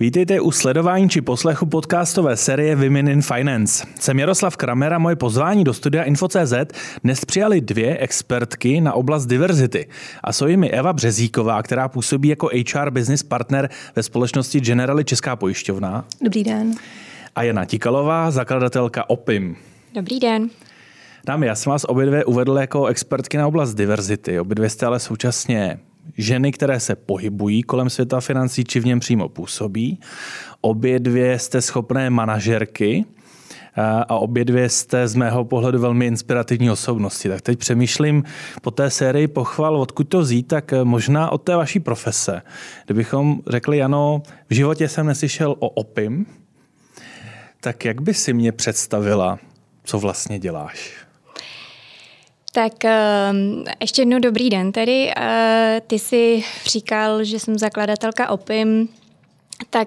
Vítejte u sledování či poslechu podcastové série Women in Finance. Jsem Jaroslav Kramer a moje pozvání do studia Info.cz dnes přijali dvě expertky na oblast diverzity. A jsou jimi Eva Březíková, která působí jako HR business partner ve společnosti Generali Česká pojišťovna. Dobrý den. A Jana Tikalová, zakladatelka OPIM. Dobrý den. Dámy, já jsem vás obě dvě uvedl jako expertky na oblast diverzity. Obě dvě jste ale současně ženy, které se pohybují kolem světa financí, či v něm přímo působí. Obě dvě jste schopné manažerky a obě dvě jste z mého pohledu velmi inspirativní osobnosti. Tak teď přemýšlím po té sérii pochval, odkud to vzít, tak možná od té vaší profese. Kdybychom řekli, Jano, v životě jsem neslyšel o OPIM, tak jak by si mě představila, co vlastně děláš? Tak ještě jednou dobrý den tedy. Ty jsi říkal, že jsem zakladatelka OPIM, tak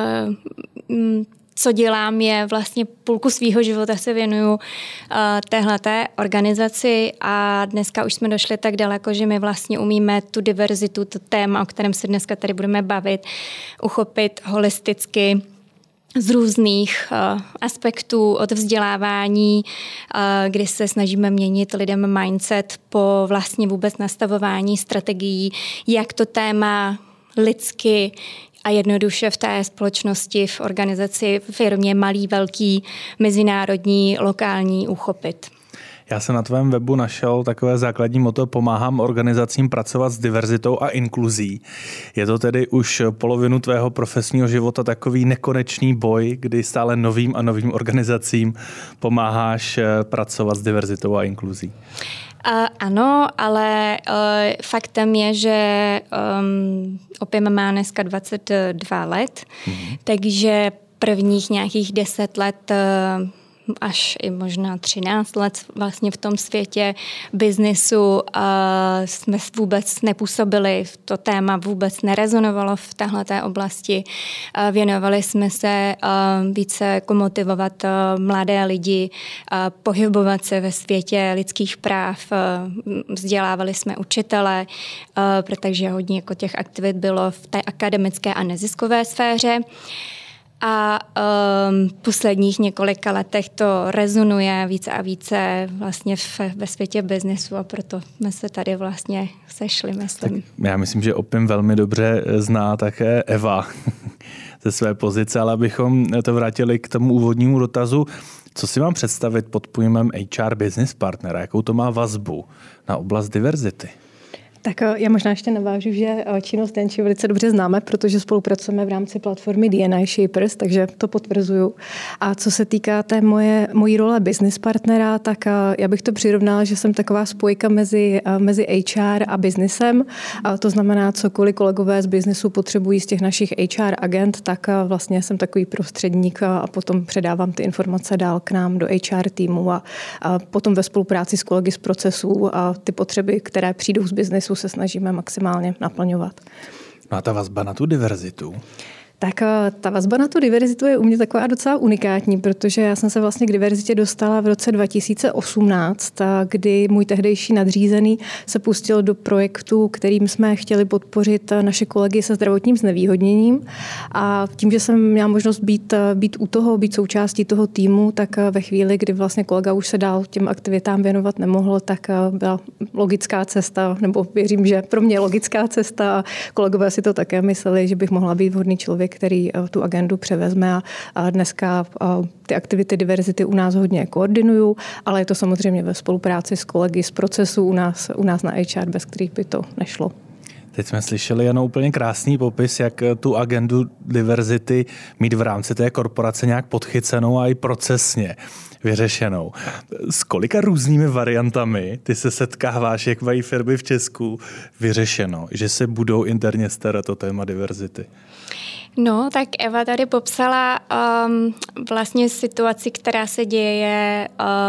co dělám je vlastně půlku svýho života se věnuju téhleté organizaci a dneska už jsme došli tak daleko, že my vlastně umíme tu diverzitu, to téma, o kterém se dneska tady budeme bavit, uchopit holisticky z různých aspektů od vzdělávání, kdy se snažíme měnit lidem mindset po vlastně vůbec nastavování strategií, jak to téma lidsky a jednoduše v té společnosti, v organizaci, v firmě malý, velký, mezinárodní, lokální uchopit. Já jsem na tvém webu našel takové základní motto: pomáhám organizacím pracovat s diverzitou a inkluzí. Je to tedy už polovinu tvého profesního života takový nekonečný boj, kdy stále novým a novým organizacím pomáháš pracovat s diverzitou a inkluzí? Ano, ale faktem je, že OPIM má dneska 22 let, takže prvních nějakých 10 let až i možná 13 let vlastně v tom světě biznisu jsme vůbec nepůsobili, to téma vůbec nerezonovalo v téhleté oblasti. Věnovali jsme se více jako motivovat mladé lidi, pohybovat se ve světě lidských práv, vzdělávali jsme učitele, protože hodně jako těch aktivit bylo v té akademické a neziskové sféře. A posledních několika letech to rezonuje více a více vlastně ve světě biznesu a proto jsme se tady vlastně sešli, myslím. Tak já myslím, že OPIM velmi dobře zná také Eva ze své pozice, ale abychom to vrátili k tomu úvodnímu dotazu, co si mám představit pod pojmem HR business partnera, jakou to má vazbu na oblast diverzity? Tak já možná ještě navážu, že činnost Denči velice dobře známe, protože spolupracujeme v rámci platformy D&I Shapers, takže to potvrzuju. A co se týká té mojí role business partnera, tak já bych to přirovnala, že jsem taková spojka mezi HR a businessem. To znamená, cokoliv kolegové z businessu potřebují z těch našich HR agent, tak vlastně jsem takový prostředník a potom předávám ty informace dál k nám do HR týmu a potom ve spolupráci s kolegy z procesů a ty potřeby, které přijdou z businessu, se snažíme maximálně naplňovat. No a ta vazba na tu diverzitu? Tak ta vazba na tu diverzitu je u mě taková docela unikátní, protože já jsem se vlastně k diverzitě dostala v roce 2018, kdy můj tehdejší nadřízený se pustil do projektu, kterým jsme chtěli podpořit naše kolegy se zdravotním znevýhodněním. A tím, že jsem měla možnost být u toho, být součástí toho týmu, tak ve chvíli, kdy vlastně kolega už se dál těm aktivitám věnovat nemohl, tak byla logická cesta, nebo věřím, že pro mě logická cesta a kolegové si to také mysleli, že bych mohla být vhodný člověk, který tu agendu převezme a dneska ty aktivity diverzity u nás hodně koordinuju, ale je to samozřejmě ve spolupráci s kolegy z procesu u nás na HR, bez kterých by to nešlo. Teď jsme slyšeli jen úplně krásný popis, jak tu agendu diverzity mít v rámci té korporace nějak podchycenou a i procesně vyřešenou. S kolika různými variantami ty se setkáváš, jak mají firmy v Česku vyřešeno, že se budou interně starat o téma diverzity? No, tak Eva tady popsala vlastně situaci, která se děje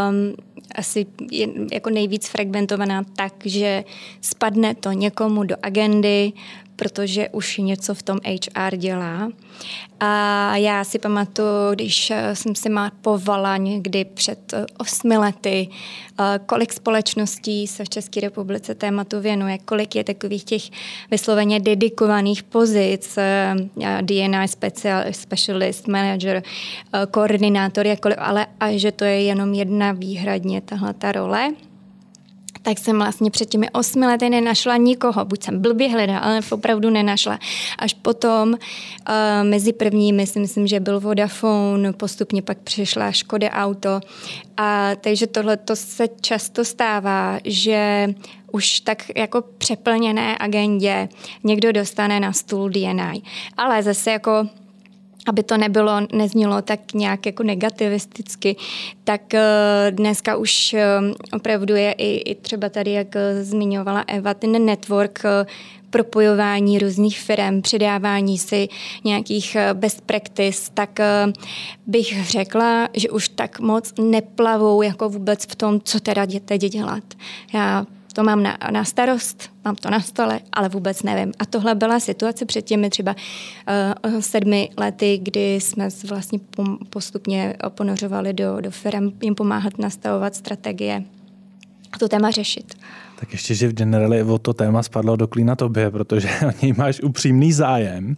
asi jako nejvíc fragmentovaná tak, že spadne to někomu do agendy, protože už něco v tom HR dělá. A já si pamatuju, když jsem si mapovala někdy před 8 lety, kolik společností se v České republice tématu věnuje, kolik je takových těch vysloveně dedikovaných pozic, D&I specialist, manager, koordinátor, jakkoliv, ale a že to je jenom jedna výhradně tahleta role, tak jsem vlastně před těmi 8 lety nenašla nikoho. Buď jsem blbě hledala, ale opravdu nenašla. Až potom mezi prvními si myslím, že byl Vodafone, postupně pak přišla Škoda Auto. Takže tohleto se často stává, že už tak jako přeplněné agendě někdo dostane na stůl D&I. Ale zase jako aby to neznělo tak nějak jako negativisticky, tak dneska už opravdu je i třeba tady, jak zmiňovala Eva, ten network, propojování různých firem, předávání si nějakých best practice, tak bych řekla, že už tak moc neplavou jako vůbec v tom, co teda teď dělat. Já to mám na starost, mám to na stole, ale vůbec nevím. A tohle byla situace před těmi třeba 7 lety, kdy jsme vlastně postupně ponořovali do firem, jim pomáhat nastavovat strategie a to téma řešit. Tak ještě, že v Generali o to téma spadlo do klína tobě, protože o něj máš upřímný zájem.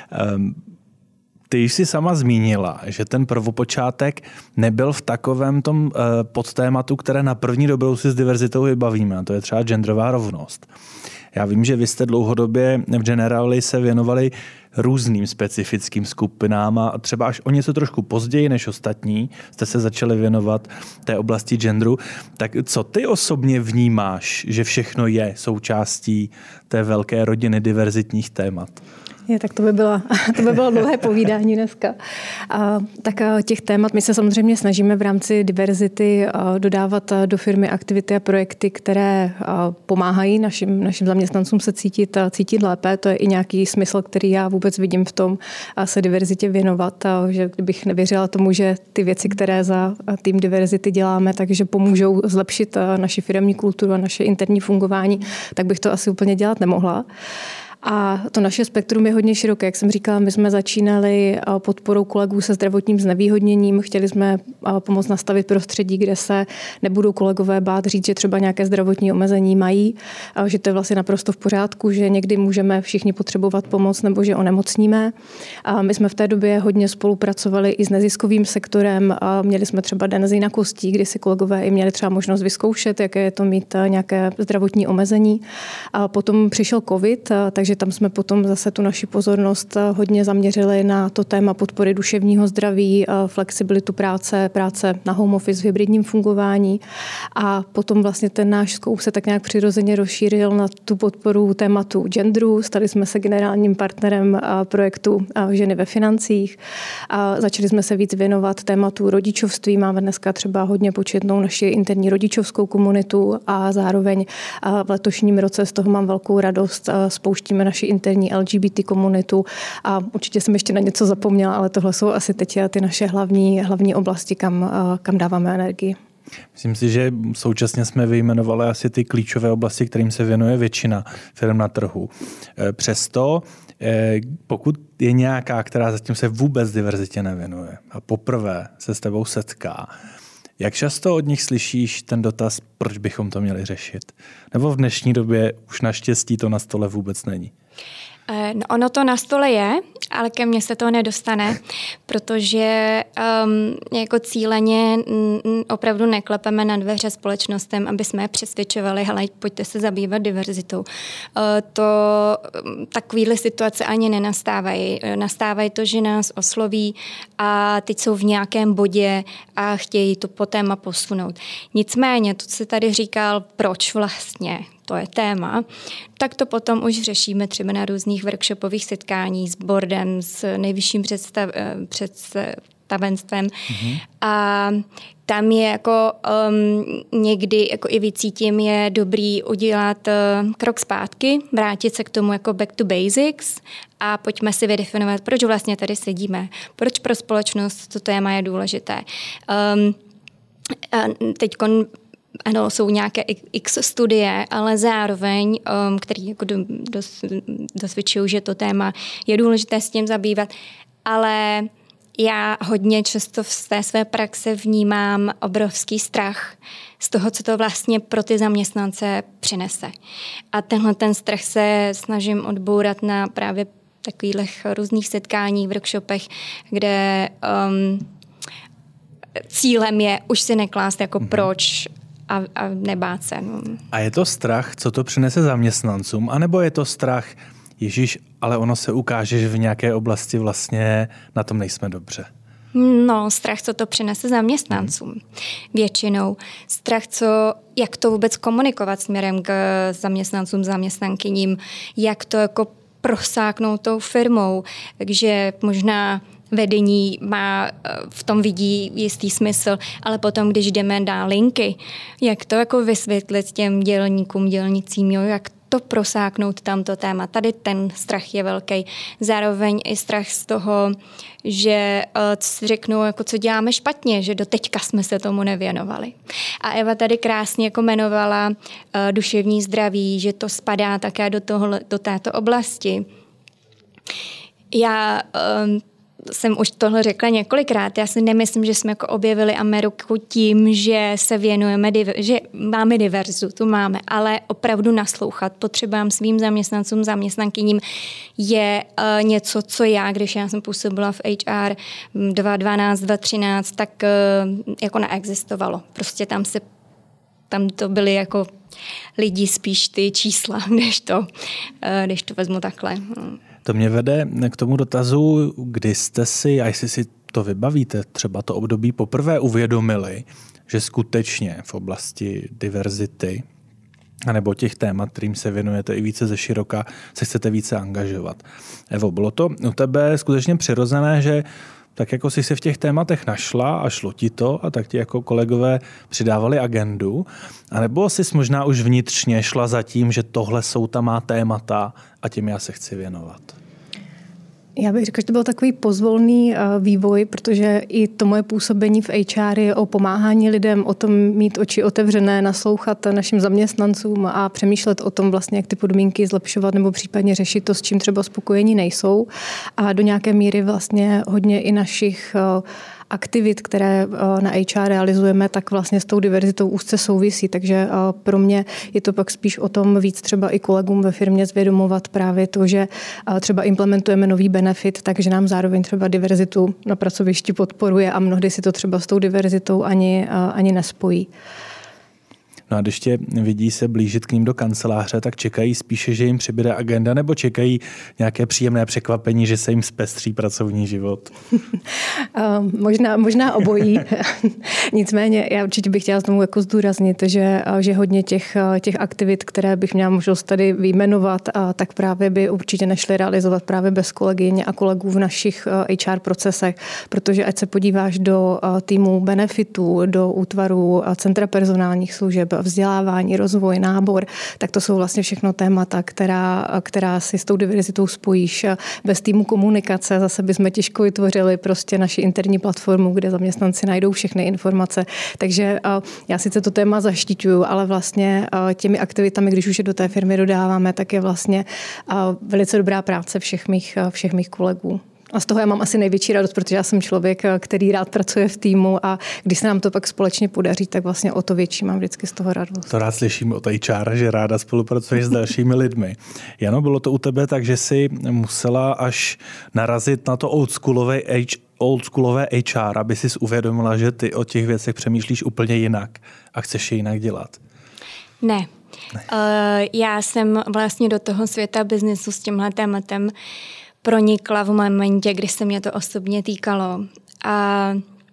Ty jsi sama zmínila, že ten prvopočátek nebyl v takovém tom podtématu, které na první dobrou si s diverzitou vybavíme, a to je třeba genderová rovnost. Já vím, že vy jste dlouhodobě v Generali se věnovali různým specifickým skupinám a třeba až o něco trošku později než ostatní jste se začali věnovat té oblasti genderu. Tak co ty osobně vnímáš, že všechno je součástí té velké rodiny diverzitních témat? Tak to by bylo dlouhé povídání dneska. Tak těch témat my se samozřejmě snažíme v rámci diverzity dodávat do firmy aktivity a projekty, které pomáhají našim zaměstnancům se cítit lépe. To je i nějaký smysl, který já vůbec vidím v tom se diverzitě věnovat. Že kdybych nevěřila tomu, že ty věci, které za tým diverzity děláme, takže pomůžou zlepšit naši firemní kulturu a naše interní fungování, tak bych to asi úplně dělat nemohla. A to naše spektrum je hodně široké. Jak jsem říkala, my jsme začínali podporou kolegů se zdravotním znevýhodněním. Chtěli jsme pomoct nastavit prostředí, kde se nebudou kolegové bát říct, že třeba nějaké zdravotní omezení mají, že to je vlastně naprosto v pořádku, že někdy můžeme všichni potřebovat pomoc nebo že onemocníme. A my jsme v té době hodně spolupracovali i s neziskovým sektorem. A měli jsme třeba den z jinakostí, kdy si kolegové i měli třeba možnost vyzkoušet, jaké je to mít nějaké zdravotní omezení. A potom přišel covid, takže tam jsme potom zase tu naši pozornost hodně zaměřili na to téma podpory duševního zdraví, flexibilitu práce na home office v hybridním fungování. A potom vlastně ten náš scope se tak nějak přirozeně rozšířil na tu podporu tématu genderu. Stali jsme se generálním partnerem projektu Ženy ve financích. A začali jsme se víc věnovat tématu rodičovství. Máme dneska třeba hodně početnou naši interní rodičovskou komunitu a zároveň v letošním roce z toho mám velkou radost. Spouštíme naši interní LGBT komunitu a určitě jsem ještě na něco zapomněla, ale tohle jsou asi teď ty naše hlavní oblasti, kam dáváme energii. Myslím si, že současně jsme vyjmenovali asi ty klíčové oblasti, kterým se věnuje většina firm na trhu. Přesto, pokud je nějaká, která zatím se vůbec diverzitě nevěnuje a poprvé se s tebou setká, jak často od nich slyšíš ten dotaz, proč bychom to měli řešit? Nebo v dnešní době už naštěstí to na stole vůbec není? No, ono to na stole je, ale ke mně se to nedostane, protože jako cíleně opravdu neklepeme na dveře společnostem, aby jsme je přesvědčovali, hele, pojďte se zabývat diverzitou. Takovýhle situace ani nenastávají. Nastávají to, že nás osloví a teď jsou v nějakém bodě a chtějí to po téma posunout. Nicméně, to, co tady říkal, proč vlastně to je téma, tak to potom už řešíme třeba na různých workshopových setkáních s boardem, s nejvyšším představenstvem. Mm-hmm. A tam je jako někdy jako i vycítím, je dobrý udělat krok zpátky, vrátit se k tomu jako back to basics a pojďme si vydefinovat, proč vlastně tady sedíme, proč pro společnost to téma je důležité. Teďkon ano, jsou nějaké x studie, ale zároveň, které jako dosvědčují, že to téma je důležité s tím zabývat, ale já hodně často v té své praxi vnímám obrovský strach z toho, co to vlastně pro ty zaměstnance přinese. A tenhle ten strach se snažím odbourat na právě takových různých setkáních, workshopech, kde cílem je už si neklást jako proč a nebát se. No. A je to strach, co to přinese zaměstnancům, anebo je to strach, Ježíš, ale ono se ukáže, že v nějaké oblasti vlastně na tom nejsme dobře? No, strach, co to přinese zaměstnancům. Většinou. Strach, jak to vůbec komunikovat směrem k zaměstnancům, zaměstnankyním, jak to jako prosáknout tou firmou. Takže možná vedení má, v tom vidí jistý smysl, ale potom, když jdeme dál linky, jak to jako vysvětlit těm dělníkům, dělnicím, jak to prosáknout tamto téma. Tady ten strach je velký. Zároveň i strach z toho, že si řeknou, jako co děláme špatně, že doteďka jsme se tomu nevěnovali. A Eva tady krásně jako jmenovala duševní zdraví, že to spadá také do této oblasti. Já jsem už tohle řekla několikrát. Já si nemyslím, že jsme jako objevili Ameriku tím, že se věnujeme, že máme diverzitu, tu máme, ale opravdu naslouchat potřebám svým zaměstnancům, zaměstnankyním je něco, co když já jsem působila v HR 2012, 2013, tak jako neexistovalo. Prostě tam to byly jako lidi spíš ty čísla, než to vezmu takhle. To mě vede k tomu dotazu, kdy jste si, a jestli si to vybavíte, třeba to období poprvé uvědomili, že skutečně v oblasti diverzity anebo těch témat, kterým se věnujete i více ze široka, se chcete více angažovat. Evo, bylo to u tebe skutečně přirozené, že tak jako jsi se v těch tématech našla a šlo ti to a tak ti jako kolegové přidávali agendu, anebo jsi možná už vnitřně šla za tím, že tohle jsou ta má témata a tím já se chci věnovat? Já bych řekla, že to byl takový pozvolný vývoj, protože i to moje působení v HR je o pomáhání lidem, o tom mít oči otevřené, naslouchat našim zaměstnancům a přemýšlet o tom vlastně, jak ty podmínky zlepšovat nebo případně řešit to, s čím třeba spokojení nejsou. A do nějaké míry vlastně hodně i našich aktivit, které na HR realizujeme, tak vlastně s tou diverzitou úzce souvisí. Takže pro mě je to pak spíš o tom víc třeba i kolegům ve firmě zvědomovat právě to, že třeba implementujeme nový benefit, takže nám zároveň třeba diverzitu na pracovišti podporuje a mnohdy si to třeba s tou diverzitou ani nespojí. No a když tě vidí se blížit k ním do kanceláře, tak čekají spíše, že jim přibude agenda, nebo čekají nějaké příjemné překvapení, že se jim zpestří pracovní život? Možná obojí. Nicméně já určitě bych chtěla znovu jako zdůraznit, že hodně těch aktivit, které bych měla možnost tady vyjmenovat, tak právě by určitě nešly realizovat právě bez kolegyň a kolegů v našich HR procesech, protože ať se podíváš do týmu benefitů, do útvaru centra personálních služeb, vzdělávání, rozvoj, nábor, tak to jsou vlastně všechno témata, která si s tou diverzitou spojíš. Bez týmu komunikace zase bychom těžko vytvořili prostě naši interní platformu, kde zaměstnanci najdou všechny informace. Takže já sice to téma zaštiťuju, ale vlastně těmi aktivitami, když už je do té firmy dodáváme, tak je vlastně velice dobrá práce všech mých kolegů. A z toho já mám asi největší radost, protože já jsem člověk, který rád pracuje v týmu a když se nám to pak společně podaří, tak vlastně o to větší mám vždycky z toho radost. To rád slyším od HR, že ráda spolupracuješ s dalšími lidmi. Jano, bylo to u tebe tak, že jsi musela až narazit na to oldschoolové HR, aby jsi uvědomila, že ty o těch věcech přemýšlíš úplně jinak a chceš je jinak dělat? Ne. Já jsem vlastně do toho světa biznesu s tímhle tématem pronikla v momentě, kdy se mě to osobně týkalo. A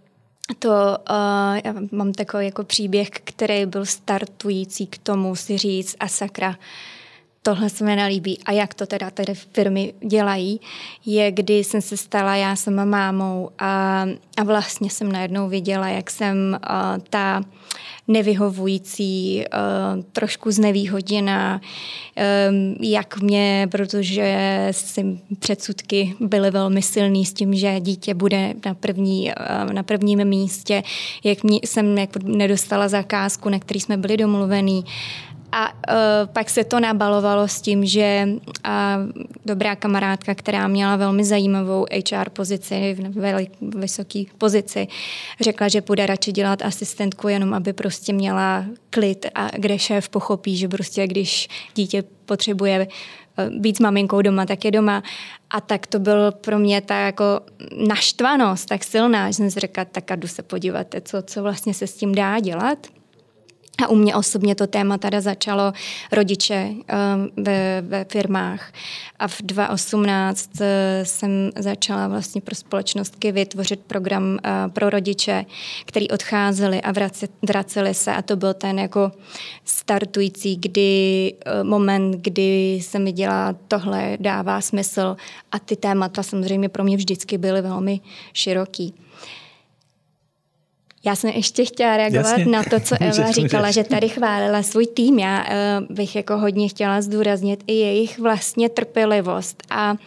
já mám takový jako příběh, který byl startující k tomu si říct a sakra, tohle se mi nelíbí a jak to teda tady firmy dělají, je, kdy jsem se stala já sama mámou a vlastně jsem najednou viděla, jak jsem ta nevyhovující, trošku znevýhodněna, jak mě, protože předsudky byly velmi silný s tím, že dítě bude na prvním místě, jak jsem nedostala zakázku, na který jsme byli domluvení. A pak se to nabalovalo s tím, že dobrá kamarádka, která měla velmi zajímavou HR pozici, vysoké pozici, řekla, že půjde radši dělat asistentku, jenom aby prostě měla klid a kde šéf pochopí, že prostě když dítě potřebuje být s maminkou doma, tak je doma. A tak to byl pro mě ta jako naštvanost tak silná, že jsem si řekla, tak a jdu se podívat, co vlastně se s tím dá dělat. A u mě osobně to téma teda začalo rodiče ve firmách. A v 2018 jsem začala vlastně pro společnostky vytvořit program pro rodiče, který odcházeli a vraceli se. A to byl ten jako startující moment, kdy jsem viděla, tohle dává smysl. A ty témata samozřejmě pro mě vždycky byly velmi široký. Já jsem ještě chtěla reagovat na to, co Eva říkala, že tady chválila svůj tým. Já bych jako hodně chtěla zdůraznit i jejich vlastně trpělivost a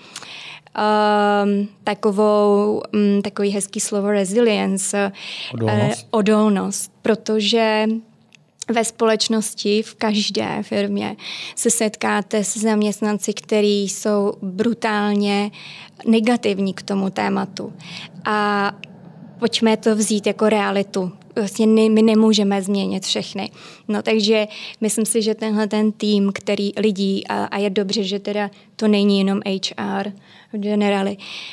takový hezký slovo resilience, odolnost, protože ve společnosti, v každé firmě se setkáte s zaměstnanci, kteří jsou brutálně negativní k tomu tématu. A pojďme to vzít jako realitu. Vlastně my nemůžeme změnit všechny. No takže myslím si, že tenhle ten tým, který lidí, a je dobře, že teda to není jenom HR, generally,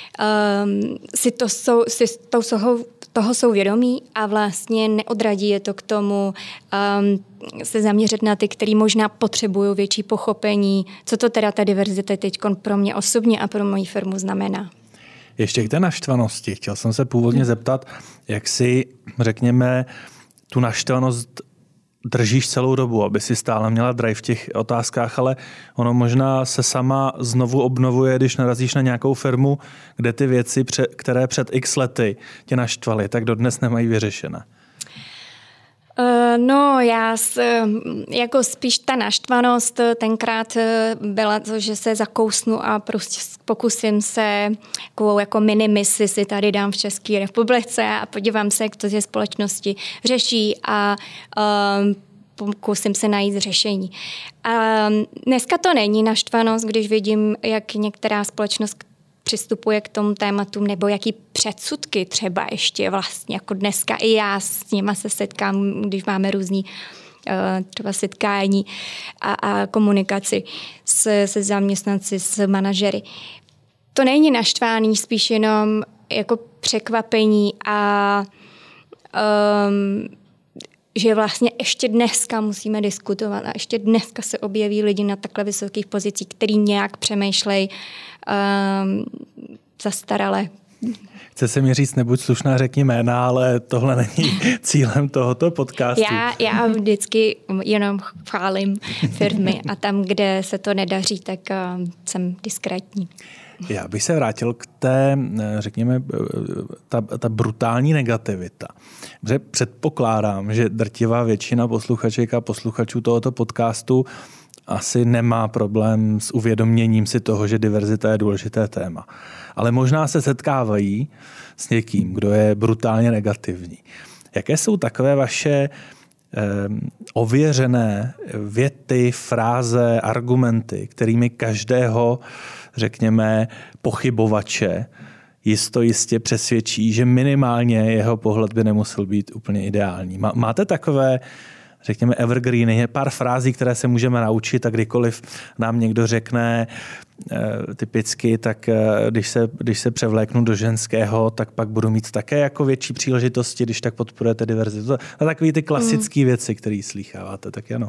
toho jsou vědomí a vlastně neodradí je to k tomu se zaměřit na ty, který možná potřebují větší pochopení, co to teda ta diverzita teď pro mě osobně a pro moji firmu znamená. Ještě k té naštvanosti. Chtěl jsem se původně zeptat, jak si, řekněme, tu naštvanost držíš celou dobu, aby si stále měla drive v těch otázkách, ale ono možná se sama znovu obnovuje, když narazíš na nějakou firmu, kde ty věci, které před x lety tě naštvaly, tak dodnes nemají vyřešené. No, jako spíš ta naštvanost tenkrát byla to, že se zakousnu a prostě pokusím se jako minimisi si tady dám v České republice a podívám se, jak to ze společnosti řeší a pokusím se najít řešení. A dneska to není naštvanost, když vidím, jak některá společnost přistupuje k tomu tématu, nebo jaký předsudky třeba ještě vlastně, jako dneska i já s nima se setkám, když máme různý třeba setkání a komunikaci se zaměstnanci, s manažery. To není naštvání, spíš jenom jako překvapení a že vlastně ještě dneska musíme diskutovat a ještě dneska se objeví lidi na takhle vysokých pozicích, který nějak přemýšlejí zastarale. Chce se mi říct, nebuď slušná, řekni jména, ale tohle není cílem tohoto podcastu. Já vždycky jenom chválím firmy a tam, kde se to nedaří, tak jsem diskrétní. Já bych se vrátil k té, řekněme, ta brutální negativita. Protože předpokládám, že drtivá většina posluchaček a posluchačů tohoto podcastu asi nemá problém s uvědoměním si toho, že diverzita je důležité téma. Ale možná se setkávají s někým, kdo je brutálně negativní. Jaké jsou takové vaše ověřené věty, fráze, argumenty, kterými každého, řekněme, pochybovače jistě přesvědčí, že minimálně jeho pohled by nemusel být úplně ideální? Máte takové, řekněme, evergreeny, je pár frází, které se můžeme naučit a kdykoliv nám někdo řekne typicky, tak když se převléknu do ženského, tak pak budu mít také jako větší příležitosti, když tak podporujete diverzitu. A takový ty klasické věci, které slýcháváte, tak ano.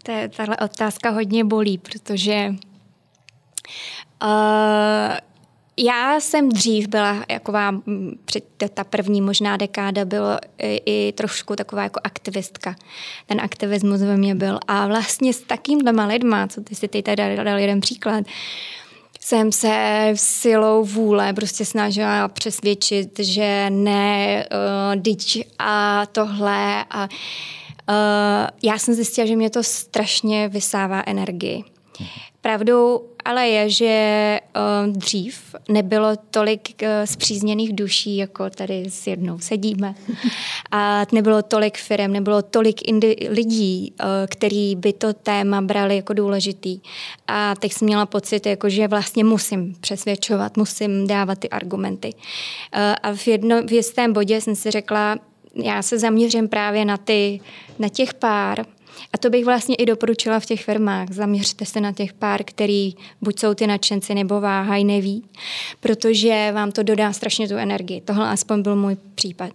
Tahle otázka hodně bolí, protože Já jsem dřív byla ta první možná dekáda byla i trošku taková jako aktivistka. Ten aktivismus ve mně byl. A vlastně s takýmhlema lidma, co ty si tady dal jeden příklad, jsem se silou vůle prostě snažila přesvědčit, že ne, dyť a tohle. A já jsem zjistila, že mě to strašně vysává energii. Pravdou ale je, že dřív nebylo tolik spřízněných duší, jako tady s jednou sedíme. A nebylo tolik firem, nebylo tolik lidí, který by to téma brali jako důležitý. A teď jsem měla pocit, jako, že vlastně musím přesvědčovat, musím dávat ty argumenty. A v jistém bodě jsem si řekla, já se zaměřím právě na těch pár. A to bych vlastně i doporučila v těch firmách. Zaměřte se na těch pár, který buď jsou ty nadšenci, nebo váhají, neví, protože vám to dodá strašně tu energii. Tohle aspoň byl můj případ.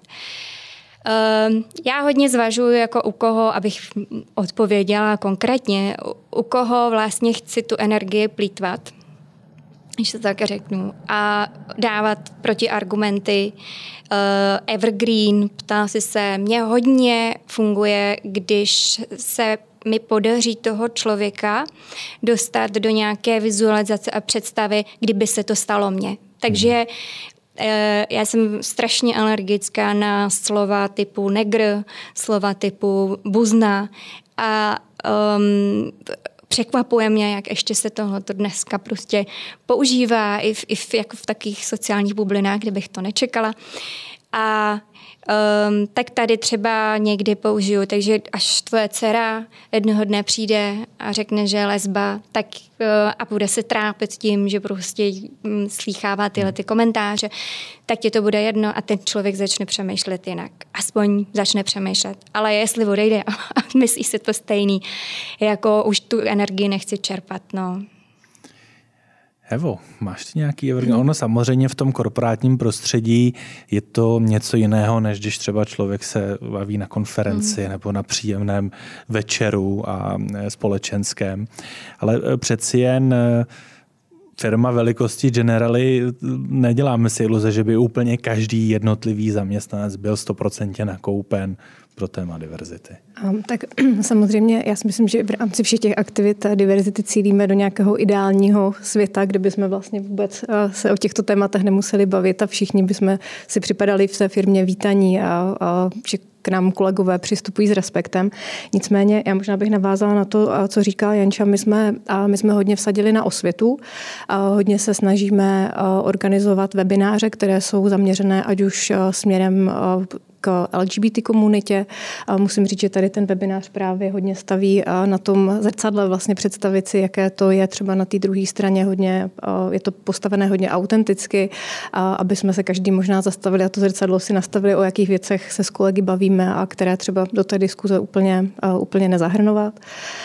Já hodně zvažuji, jako u koho, abych odpověděla konkrétně, u koho vlastně chci tu energii plýtvat, když to tak řeknu, a dávat protiargumenty. Evergreen, ptá si se, mně hodně funguje, když se mi podaří toho člověka dostat do nějaké vizualizace a představy, kdyby se to stalo mně. Takže já jsem strašně alergická na slova typu negr, slova typu buzna a překvapuje mě, jak ještě se tohleto dneska prostě používá jako v takých sociálních bublinách, kde bych to nečekala. A tak tady třeba někdy použiju, takže až tvoje dcera jednoho dne přijde a řekne, že je lesba, tak a bude se trápit tím, že prostě slýchává tyhle ty komentáře, tak ti to bude jedno a ten člověk začne přemýšlet jinak. Aspoň začne přemýšlet. Ale jestli odejde a myslí si to stejný, jako už tu energii nechci čerpat, no. Evo, máš ty nějaký evergreen? Ono samozřejmě v tom korporátním prostředí je to něco jiného, než když třeba člověk se baví na konferenci nebo na příjemném večeru a společenském. Ale přeci jen firma velikosti Generali, neděláme si iluze, že by úplně každý jednotlivý zaměstnanec byl 100% nakoupen pro téma diverzity. Tak samozřejmě, já si myslím, že v rámci všech těch aktivit diverzity cílíme do nějakého ideálního světa, kde bychom vlastně vůbec se o těchto tématech nemuseli bavit a všichni bychom si připadali v té firmě vítaní a že k nám kolegové přistupují s respektem. Nicméně já možná bych navázala na to, co říká Janča. My jsme hodně vsadili na osvětu. Hodně se snažíme organizovat webináře, které jsou zaměřené ať už směrem k LGBT komunitě. Musím říct, že tady ten webinář právě hodně staví na tom zrcadle vlastně představit si, jaké to je třeba na té druhé straně hodně, je to postavené hodně autenticky, aby jsme se každý možná zastavili a to zrcadlo si nastavili, o jakých věcech se s kolegy bavíme a které třeba do té diskuze úplně nezahrnovat.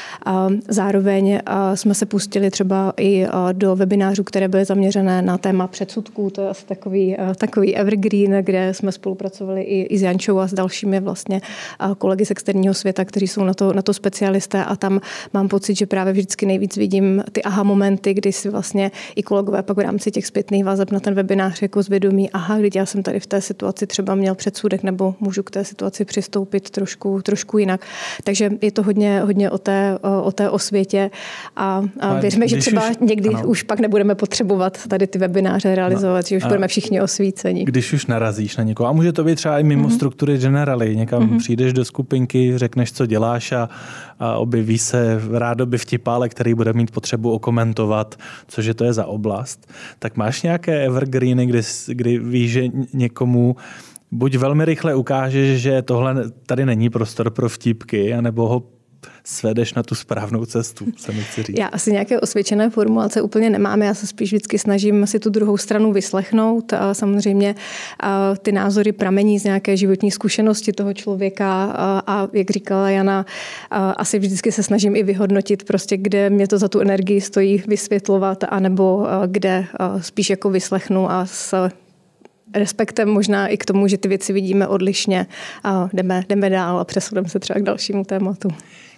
Zároveň jsme se pustili třeba i do webinářů, které byly zaměřené na téma předsudků. To je asi takový evergreen, kde jsme spolupracovali i s Jančou a s dalšími vlastně kolegy z externího světa, kteří jsou na to specialisté a tam mám pocit, že právě vždycky nejvíc vidím ty aha momenty, kdy si vlastně i kolegové pak v rámci těch zpětných vazeb na ten webinář jako zvědomí, když já jsem tady v té situaci třeba měl předsudek nebo můžu k té situaci přistoupit trošku jinak. Takže je to hodně o té osvětě a věříme, že třeba někdy už pak nebudeme potřebovat tady ty webináře realizovat, že už budeme všichni osvíceni. Když už narazíš na někoho, a může to být třeba i mimo struktury Generali, někam přijdeš do skupinky, řekneš, co děláš a objeví se rádoby vtipále, který bude mít potřebu okomentovat, cože to je za oblast, tak máš nějaké evergreeny, kdy víš, že někomu buď velmi rychle ukážeš, že tohle tady není prostor pro vtipky, anebo ho svedeš na tu správnou cestu, se mi chci říct. Já asi nějaké osvědčené formulace úplně nemám. Já se spíš vždycky snažím si tu druhou stranu vyslechnout. A samozřejmě ty názory pramení z nějaké životní zkušenosti toho člověka a jak říkala Jana, asi vždycky se snažím i vyhodnotit prostě, kde mě to za tu energii stojí vysvětlovat, anebo kde spíš jako vyslechnu a s respektem možná i k tomu, že ty věci vidíme odlišně a jdeme dál a přesuneme se třeba k dalšímu tématu.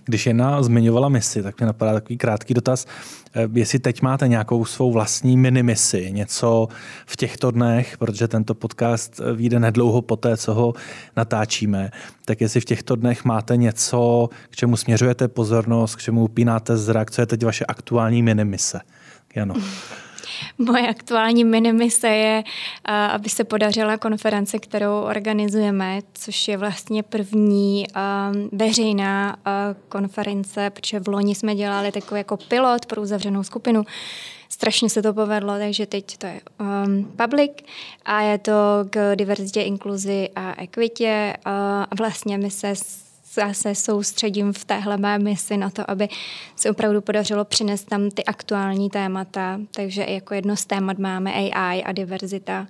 Když Jana zmiňovala misi, tak mi napadá takový krátký dotaz, jestli teď máte nějakou svou vlastní minimisi, něco v těchto dnech, protože tento podcast vyjde nedlouho poté, co ho natáčíme, tak jestli v těchto dnech máte něco, k čemu směřujete pozornost, k čemu upínáte zrak, co je teď vaše aktuální minimise? Jano. Moje aktuální minimise je, aby se podařila konference, kterou organizujeme, což je vlastně první veřejná konference, protože v loni jsme dělali takový jako pilot pro uzavřenou skupinu. Strašně se to povedlo, takže teď to je public a je to k diverzitě, inkluzi a ekvitě. Vlastně my se zase soustředím v téhle mé misi na to, aby se opravdu podařilo přinést tam ty aktuální témata. Takže jako jedno z témat máme AI a diverzita,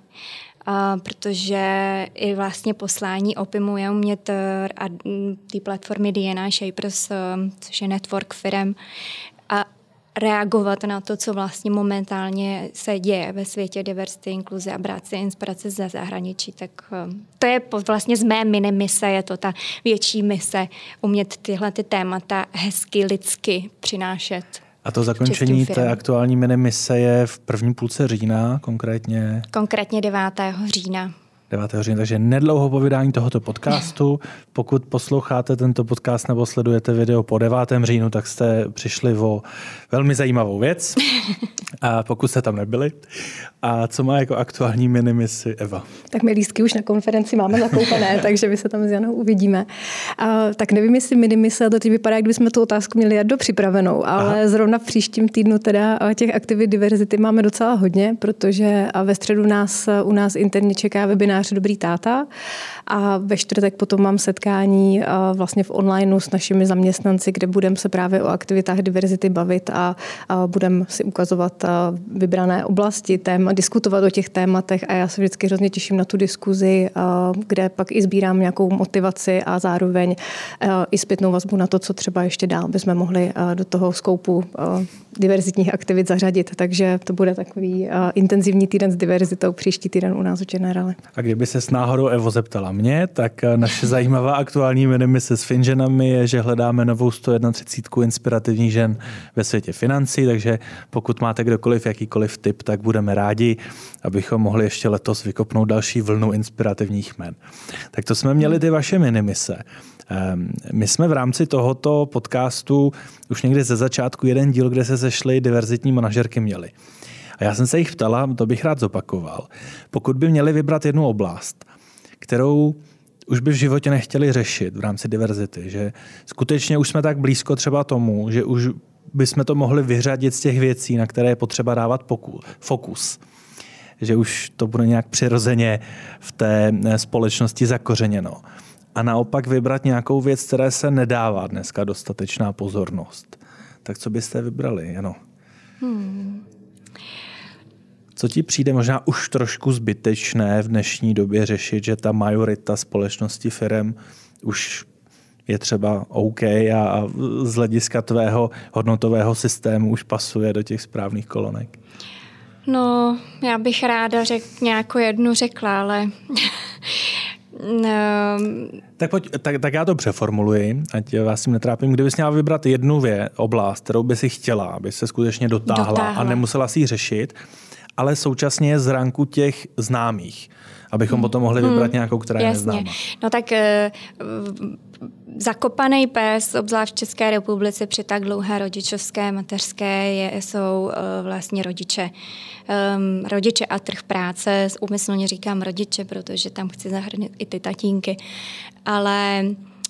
protože i vlastně poslání Opimu je umět a té platformy DNA Shapers, což je network firem, a reagovat na to, co vlastně momentálně se děje ve světě diverzity, inkluze a brát si inspirace ze zahraničí. Tak to je vlastně z mé mini mise, je to ta větší mise, umět tyhle ty témata hezky, lidsky přinášet. A to zakončení té aktuální mini mise je v první půlce října konkrétně? Konkrétně 9. října. 9. října, takže nedlouho po vydání tohoto podcastu. Pokud posloucháte tento podcast nebo sledujete video po 9. říjnu, tak jste přišli o velmi zajímavou věc. A pokud jste tam nebyli. A co má jako aktuální minimisi Eva? Tak my lístky už na konferenci máme zakoupené, takže my se tam s Janou uvidíme. Tak nevím, jestli minimise, to teď vypadá, kdybychom tu otázku měli Jardo připravenou, ale zrovna v příštím týdnu teda těch aktivit diverzity máme docela hodně, protože ve středu u nás interně čeká webinář Dobrý táta a ve čtvrtek potom mám setkání vlastně v onlineu s našimi zaměstnanci, kde budeme se právě o aktivitách diverzity bavit a budeme si ukazovat vybrané oblasti, diskutovat o těch tématech a já se vždycky hrozně těším na tu diskuzi, kde pak i sbírám nějakou motivaci a zároveň i zpětnou vazbu na to, co třeba ještě dál bychom mohli do toho skoupu diverzitních aktivit zařadit. Takže to bude takový intenzivní týden s diverzitou příští týden u nás u Generale. A kdyby se s náhodou Evo zeptala mě, tak naše zajímavá aktuální minimise s Finženami je, že hledáme novou 131 inspirativních žen ve světě financí, takže pokud máte kdokoliv jakýkoliv tip, tak budeme rádi, abychom mohli ještě letos vykopnout další vlnu inspirativních jmen. Tak to jsme měli ty vaše minimise. My jsme v rámci tohoto podcastu už někdy ze začátku jeden díl, kde se sešly diverzitní manažerky měli. A já jsem se jich ptala, to bych rád zopakoval. Pokud by měli vybrat jednu oblast, kterou už by v životě nechtěli řešit v rámci diverzity, že skutečně už jsme tak blízko třeba tomu, že už bychom to mohli vyřadit z těch věcí, na které je potřeba dávat fokus. Že už to bude nějak přirozeně v té společnosti zakořeněno. A naopak vybrat nějakou věc, které se nedává dneska dostatečná pozornost. Tak co byste vybrali, Jano? Co ti přijde možná už trošku zbytečné v dnešní době řešit, že ta majorita společnosti firem už je třeba OK a z hlediska tvého hodnotového systému už pasuje do těch správných kolonek? No, já bych ráda nějakou jednu řekla, ale... Tak já to přeformuluji, ať vás tím netrápím. Kdybys měla vybrat jednu oblast, kterou by si chtěla, aby se skutečně dotáhla a nemusela si ji řešit, ale současně je z ranku těch známých, abychom potom mohli vybrat nějakou, která je neznámá. No tak zakopaný pes, obzvlášť v České republice při tak dlouhé rodičovské, mateřské, jsou vlastně rodiče. Rodiče a trh práce, úmyslně říkám rodiče, protože tam chci zahrnout i ty tatínky, ale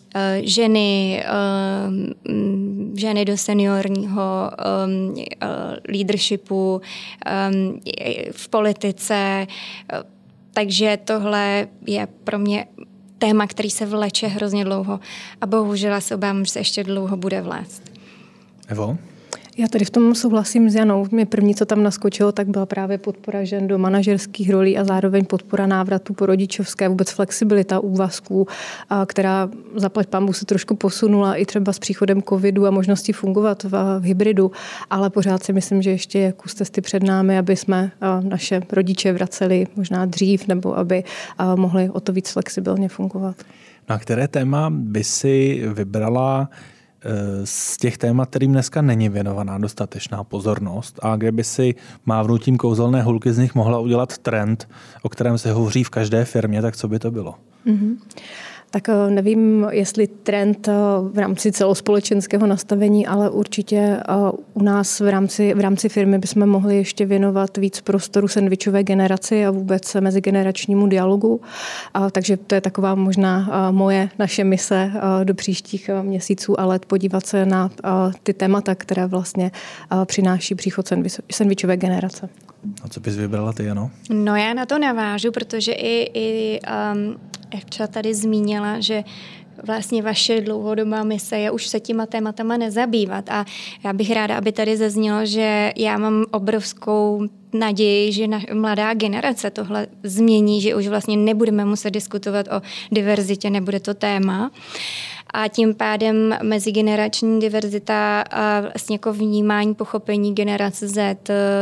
ženy do seniorního leadershipu v politice, takže tohle je pro mě téma, který se vleče hrozně dlouho a bohužel se obávám, že se ještě dlouho bude vlézt. Evo? Já tady v tom souhlasím s Janou. Mě první, co tam naskočilo, tak byla právě podpora žen do manažerských rolí a zároveň podpora návratu po rodičovské, vůbec flexibilita úvazků, která zaplať pánbůh se trošku posunula i třeba s příchodem covidu a možností fungovat v hybridu, ale pořád si myslím, že ještě je kus cesty před námi, aby jsme naše rodiče vraceli možná dřív nebo aby mohli o to víc flexibilně fungovat. No a které téma by si vybrala z těch témat, kterým dneska není věnovaná dostatečná pozornost a kde by si mávnutím kouzelné hulky z nich mohla udělat trend, o kterém se hovoří v každé firmě, tak co by to bylo? Mm-hmm. Tak nevím, jestli trend v rámci celospolečenského nastavení, ale určitě u nás v rámci firmy bychom mohli ještě věnovat víc prostoru sendvičové generaci a vůbec mezigeneračnímu dialogu. Takže to je taková možná naše mise do příštích měsíců a let, podívat se na ty témata, které vlastně přináší příchod sendvičové generace. A co bys vybrala ty, Jano? No já na to navážu, protože i Evča tady zmínila, že vlastně vaše dlouhodobá mise je už se těma tématama nezabývat. A já bych ráda, aby tady zaznělo, že já mám obrovskou naději, že mladá generace tohle změní, že už vlastně nebudeme muset diskutovat o diverzitě, nebude to téma. A tím pádem mezigenerační diverzita a vlastně jako vnímání, pochopení generace Z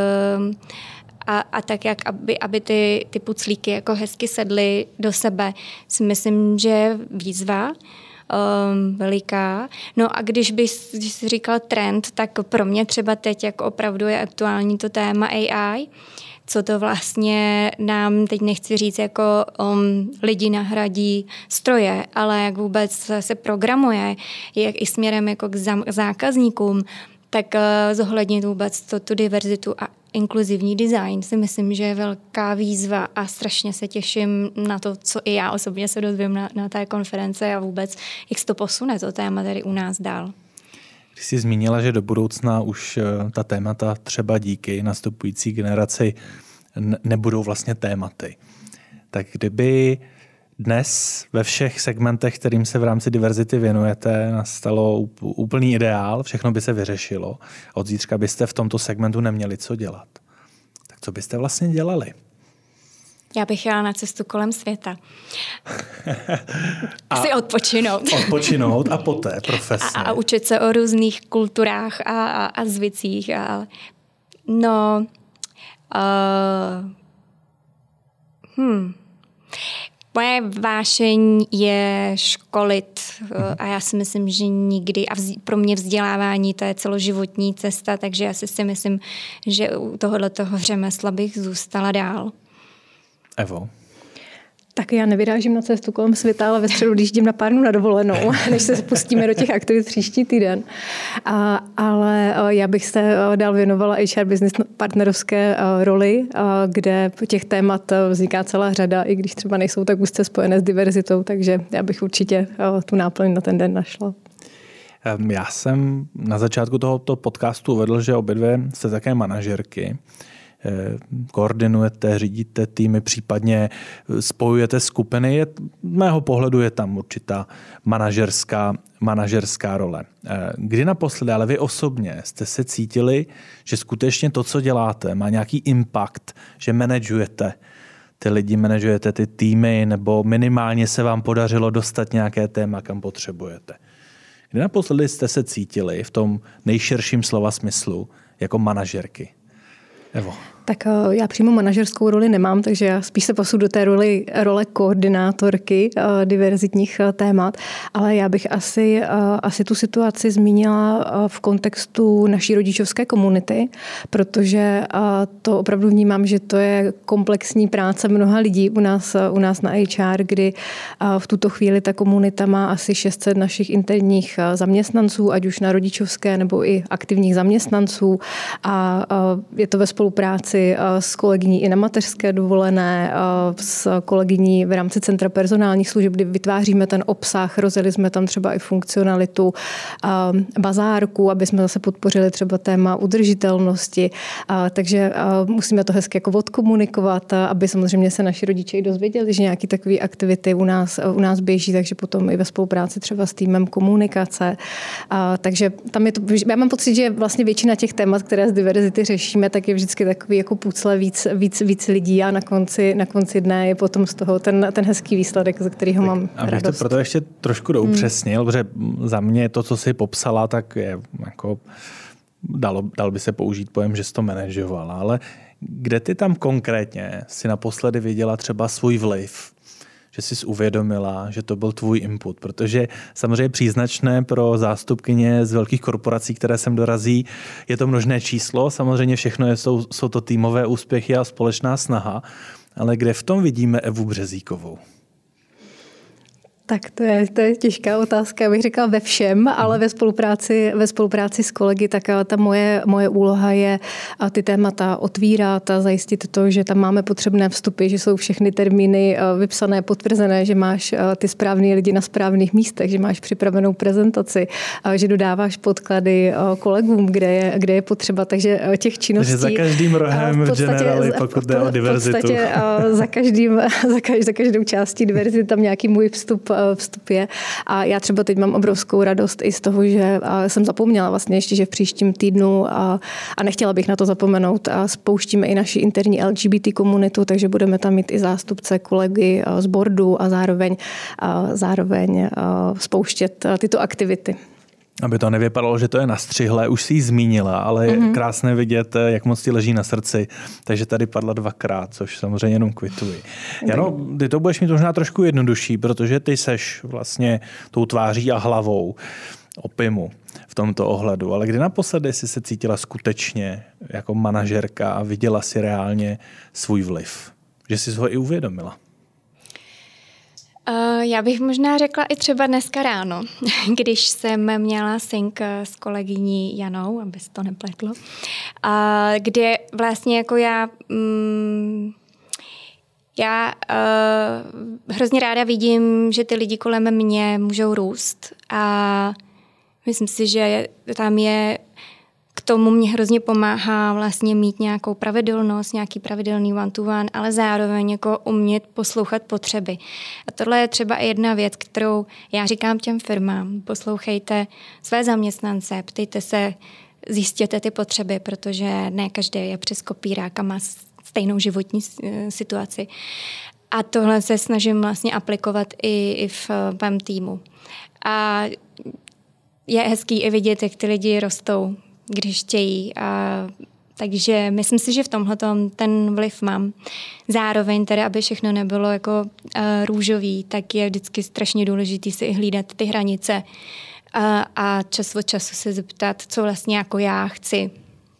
a tak, jak aby ty puclíky jako hezky sedly do sebe, si myslím, že je výzva veliká. No a když jsi říkal trend, tak pro mě třeba teď jako opravdu je aktuální to téma AI, co to vlastně nám, teď nechci říct, jako lidi nahradí stroje, ale jak vůbec se programuje, jak i směrem jako k zákazníkům, tak zohlednit vůbec tu diverzitu a inkluzivní design si myslím, že je velká výzva a strašně se těším na to, co i já osobně se dozvím na té konferenci a vůbec, jak se to posune, to téma tady u nás dál. Když jsi zmínila, že do budoucna už ta témata třeba díky nastupující generaci nebudou vlastně tématy, tak kdyby dnes ve všech segmentech, kterým se v rámci diverzity věnujete, nastalo úplný ideál, všechno by se vyřešilo. Od zítřka byste v tomto segmentu neměli co dělat. Tak co byste vlastně dělali? Já bych jela na cestu kolem světa. Asi odpočinout. Odpočinout a poté profesně. A učit se o různých kulturách a zvicích. Moje vášeň je školit a já si myslím, že nikdy, a pro mě vzdělávání to je celoživotní cesta, takže já si myslím, že u tohoto řemesla bych zůstala dál. Evo? Tak já nevyrážím na cestu kolem světa, ale ve středu odjíždím na pár dnů na dovolenou, než se pustíme do těch aktivit příští týden. Ale já bych se dál věnovala HR business partnerovské roli, kde těch témat vzniká celá řada, i když třeba nejsou tak úzce spojené s diverzitou, takže já bych určitě tu náplň na ten den našla. Já jsem na začátku tohoto podcastu uvedl, že obě dvě jste také manažerky. Koordinujete, řídíte týmy, případně spojujete skupiny. Z mého pohledu je tam určitá manažerská role. Kdy naposledy, ale vy osobně jste se cítili, že skutečně to, co děláte, má nějaký impact, že manažujete ty lidi, manažujete ty týmy, nebo minimálně se vám podařilo dostat nějaké téma, kam potřebujete? Kdy naposledy jste se cítili v tom nejširším slova smyslu jako manažerky? Evo. Tak já přímo manažerskou roli nemám, takže já spíš se posu do té role koordinátorky diverzitních témat, ale já bych asi tu situaci zmínila v kontextu naší rodičovské komunity, protože to opravdu vnímám, že to je komplexní práce mnoha lidí u nás na HR, kdy v tuto chvíli ta komunita má asi 600 našich interních zaměstnanců, ať už na rodičovské nebo i aktivních zaměstnanců, a je to ve spolupráci s kolegyní i na mateřské dovolené, s kolegyní v rámci Centra personálních služeb, kdy vytváříme ten obsah, rozjeli jsme tam třeba i funkcionalitu bazárku, aby jsme zase podpořili třeba téma udržitelnosti. Takže musíme to hezky jako odkomunikovat, aby samozřejmě se naši rodiče i dozvěděli, že nějaké takové aktivity u nás běží, takže potom i ve spolupráci třeba s týmem komunikace. Takže tam je to, já mám pocit, že vlastně většina těch témat, které z diverzity řešíme, tak je vždycky takový jako pucle víc lidí a na konci dne je potom z toho ten hezký výsledek, ze kterého mám radost. To proto ještě trošku doupřesnil, protože za mě to, co jsi popsala, tak je jako dal by se použít pojem, že jsi to manažovala, ale kde ty tam konkrétně si naposledy viděla třeba svůj vliv? že jsi uvědomila, že to byl tvůj input, protože samozřejmě příznačné pro zástupkyně z velkých korporací, které sem dorazí, je to množné číslo, samozřejmě všechno jsou to týmové úspěchy a společná snaha, ale kde v tom vidíme Evu Březíkovou? Tak to je těžká otázka, já bych řekla ve všem, ale ve spolupráci s kolegy, tak ta moje úloha je ty témata otvírat a zajistit to, že tam máme potřebné vstupy, že jsou všechny termíny vypsané, potvrzené, že máš ty správný lidi na správných místech, že máš připravenou prezentaci, že dodáváš podklady kolegům, kde je potřeba, takže těch činností... Takže za každým rohem v Generali, pokud jde o diverzitu. V podstatě za každou částí diverzity tam nějaký můj vstup je. A já třeba teď mám obrovskou radost i z toho, že jsem zapomněla vlastně ještě, že v příštím týdnu a nechtěla bych na to zapomenout a spouštíme i naši interní LGBT komunitu, takže budeme tam mít i zástupce kolegy z boardu a zároveň spouštět tyto aktivity. Aby to nevypadalo, že to je nastřihlé, už si ji zmínila, ale je krásné vidět, jak moc ti leží na srdci. Takže tady padla 2krát, což samozřejmě jenom kvituji. Jano, ty to budeš mít možná trošku jednodušší, protože ty seš vlastně tou tváří a hlavou OPIMu v tomto ohledu. Ale kdy naposledy jsi se cítila skutečně jako manažerka a viděla si reálně svůj vliv? Že jsi ho i uvědomila? Já bych možná řekla i třeba dneska ráno, když jsem měla sync s kolegyní Janou, aby se to nepletlo, kde vlastně jako já hrozně ráda vidím, že ty lidi kolem mě můžou růst a myslím si, že tam je k tomu mě hrozně pomáhá vlastně mít nějakou pravidelnost, nějaký pravidelný one-to-one, ale zároveň jako umět poslouchat potřeby. A tohle je třeba jedna věc, kterou já říkám těm firmám. Poslouchejte své zaměstnance, ptejte se, zjistěte ty potřeby, protože ne každý je přes kopírák a má stejnou životní situaci. A tohle se snažím vlastně aplikovat i v mém týmu. A je hezký i vidět, jak ty lidi rostou, když chtějí. Takže myslím si, že v tomhletom ten vliv mám. Zároveň tedy, aby všechno nebylo jako růžový, tak je vždycky strašně důležitý si i hlídat ty hranice a čas od času se zeptat, co vlastně jako já chci.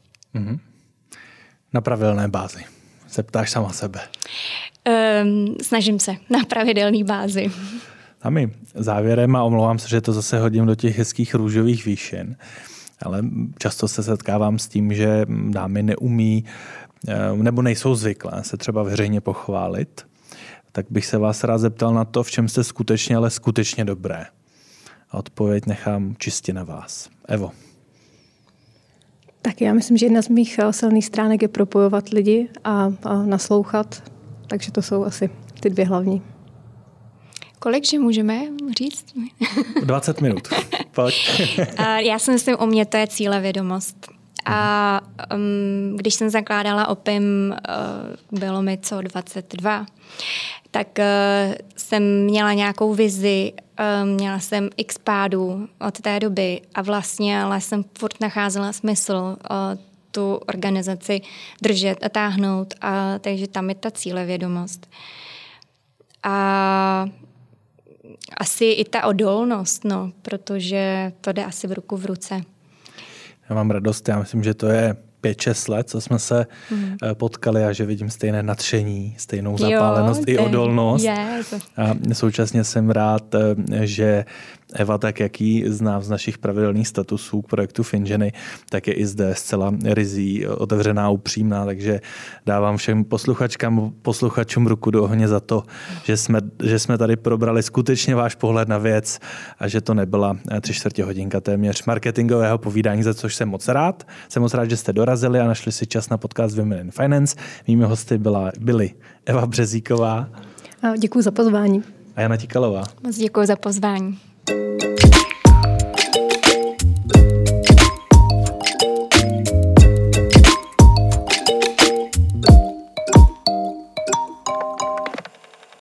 Na pravidelné bázi. Se ptáš sama sebe. Snažím se na pravidelné bázi. A my závěrem, a omlouvám se, že to zase hodím do těch hezkých růžových výšin, ale často se setkávám s tím, že dámy neumí nebo nejsou zvyklé se třeba veřejně pochválit, tak bych se vás rád zeptal na to, v čem jste skutečně, ale skutečně dobré. A odpověď nechám čistě na vás. Evo. Tak já myslím, že jedna z mých silných stránek je propojovat lidi a naslouchat, takže to jsou asi ty 2 hlavní. Kolik, že můžeme říct? 20 minut. Pojď. Já si myslím, u mě to je cílevědomost. A když jsem zakládala OPIM, bylo mi 22, tak jsem měla nějakou vizi, měla jsem x pádů od té doby a vlastně ale jsem furt nacházela smysl tu organizaci držet a táhnout. Takže tam je ta cílevědomost. A asi i ta odolnost, protože to jde asi v ruku v ruce. Já mám radost, já myslím, že to je 5-6 let, co jsme se potkali a že vidím stejné nadšení, stejnou zapálenost i odolnost. A současně jsem rád, že Eva, tak jak ji znám z našich pravidelných statusů k projektu Finženy, tak je i zde zcela rizí, otevřená, upřímná, takže dávám všem posluchačům ruku do ohně za to, že jsme tady probrali skutečně váš pohled na věc a že to nebyla 3/4 hodinka téměř marketingového povídání, za což jsem moc rád. Jsem moc rád, že jste dorazili a našli si čas na podcast Women in Finance. Mými hosty byly Eva Březíková. Děkuji za pozvání. A Jana Tikalová. Moc děkuji za pozvání.